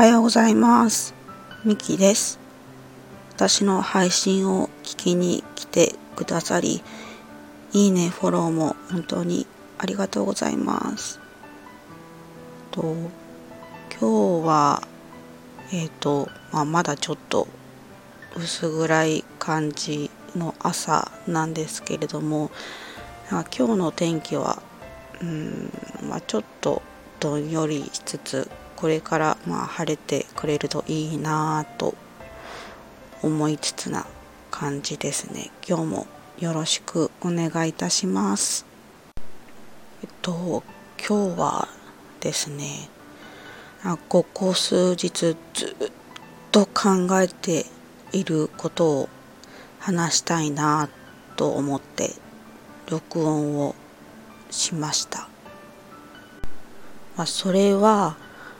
はようございます。ミキです。私の配信を聞きに来てくださり、いいね、フォローも本当にありがとうございます。今日はまだちょっと薄暗い感じの朝なんですけれども、今日の天気はちょっとどんよりしつつ、これから晴れてくれるといいなぁと思いつつな感じですね。今日もよろしくお願いいたします。今日はですね、ここ数日ずっと考えていることを話したいなと思って録音をしました。それは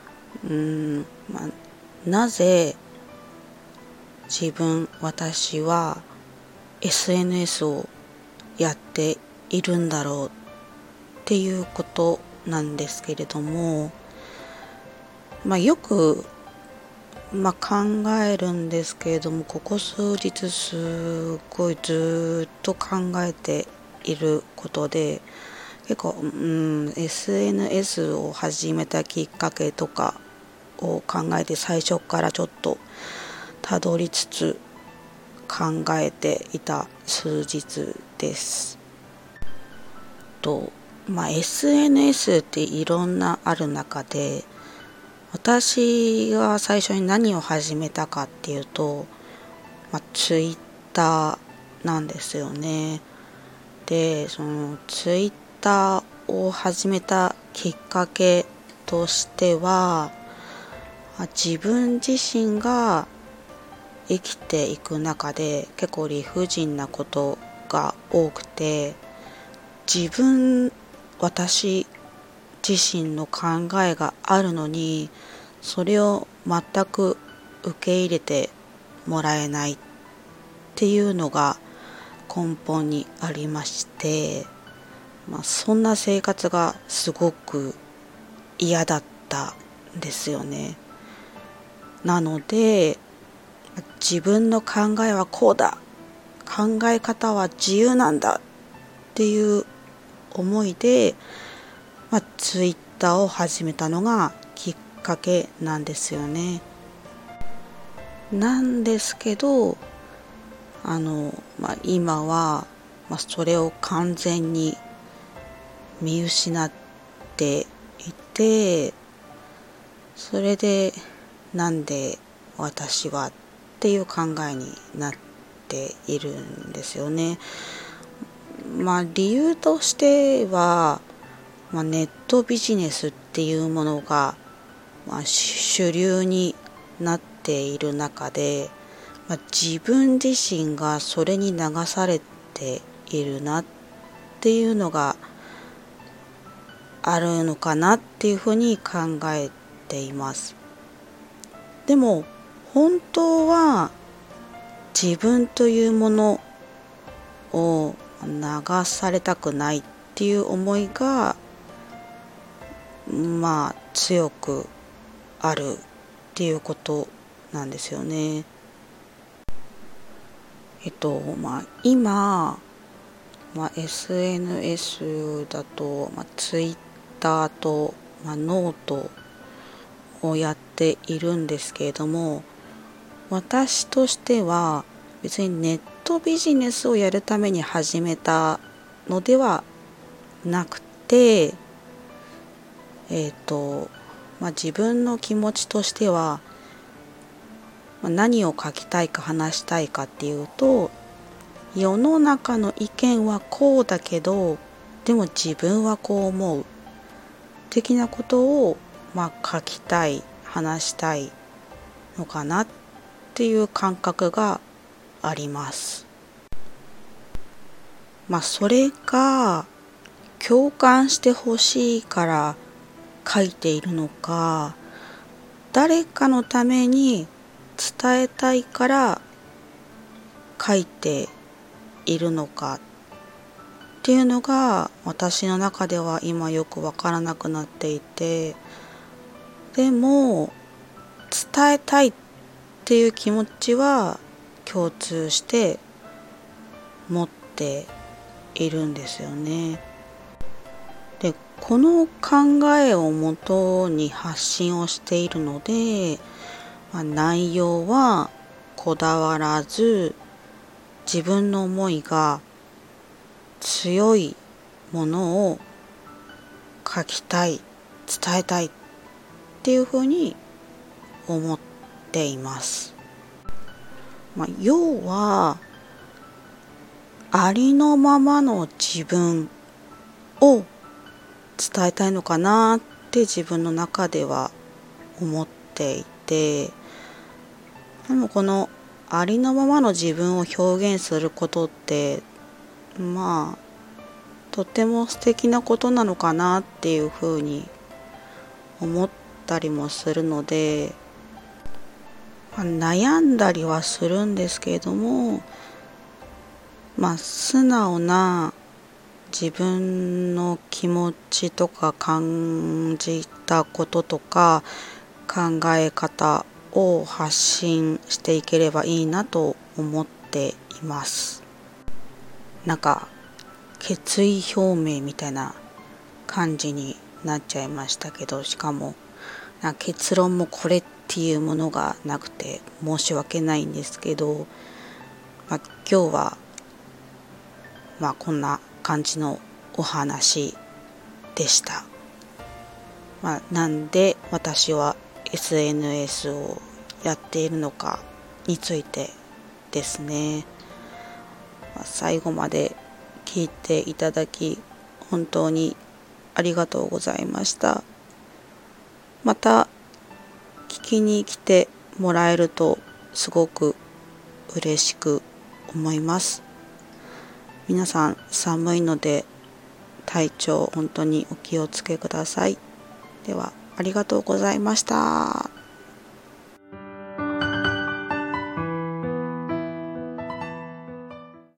なぜ私は SNS をやっているんだろうっていうことなんですけれども、よく考えるんですけれども、ここ数日すごいずっと考えていることで、結構SNS を始めたきっかけとかを考えて、最初からちょっとたどりつつ考えていた数日です。SNS っていろんなある中で、私が最初に何を始めたかっていうと、ツイッターなんですよね。で、そのツイッターを始めたきっかけとしては、自分自身が生きていく中で結構理不尽なことが多くて、私自身の考えがあるのに、それを全く受け入れてもらえないっていうのが根本にありまして、そんな生活がすごく嫌だったんですよね。なので、自分の考えはこうだ、考え方は自由なんだっていう思いで、ツイッターを始めたのがきっかけなんですよね。なんですけど、今は、それを完全に見失っていて、それでなんで私はっていう考えになっているんですよね。理由としては、ネットビジネスっていうものが、主流になっている中で、自分自身がそれに流されているなっていうのがあるのかなっていうふうに考えています。でも本当は自分というものを流されたくないっていう思いが強くあるっていうことなんですよね。今、SNS だと、Twitter と、ノートをやっているんですけれども、私としては別にネットビジネスをやるために始めたのではなくて、自分の気持ちとしては、何を書きたいか話したいかっていうと、世の中の意見はこうだけど、でも自分はこう思う的なことを書きたい、話したいのかなっていう感覚があります。それが共感してほしいから書いているのか、誰かのために伝えたいから書いているのかっていうのが私の中では今よくわからなくなっていて、でも伝えたいっていう気持ちは共通して持っているんですよね。で、この考えをもとに発信をしているので、内容はこだわらず、自分の思いが強いものを書きたい、伝えたいっていうふうに思っています。要はありのままの自分を伝えたいのかなって自分の中では思っていて、でもこのありのままの自分を表現することってとても素敵なことなのかなっていうふうに思ったりもするので、悩んだりはするんですけれども、素直な自分の気持ちとか感じたこととか考え方を発信していければいいなと思っています。決意表明みたいな感じになっちゃいましたけど、しかも結論もこれっていうものがなくて申し訳ないんですけど、今日はこんな感じのお話でした。なんで私は SNS をやっているのかについてですね。最後まで聞いていただき本当にありがとうございました。また聞きに来てもらえるとすごく嬉しく思います。皆さん寒いので体調本当にお気をつけください。ではありがとうございました。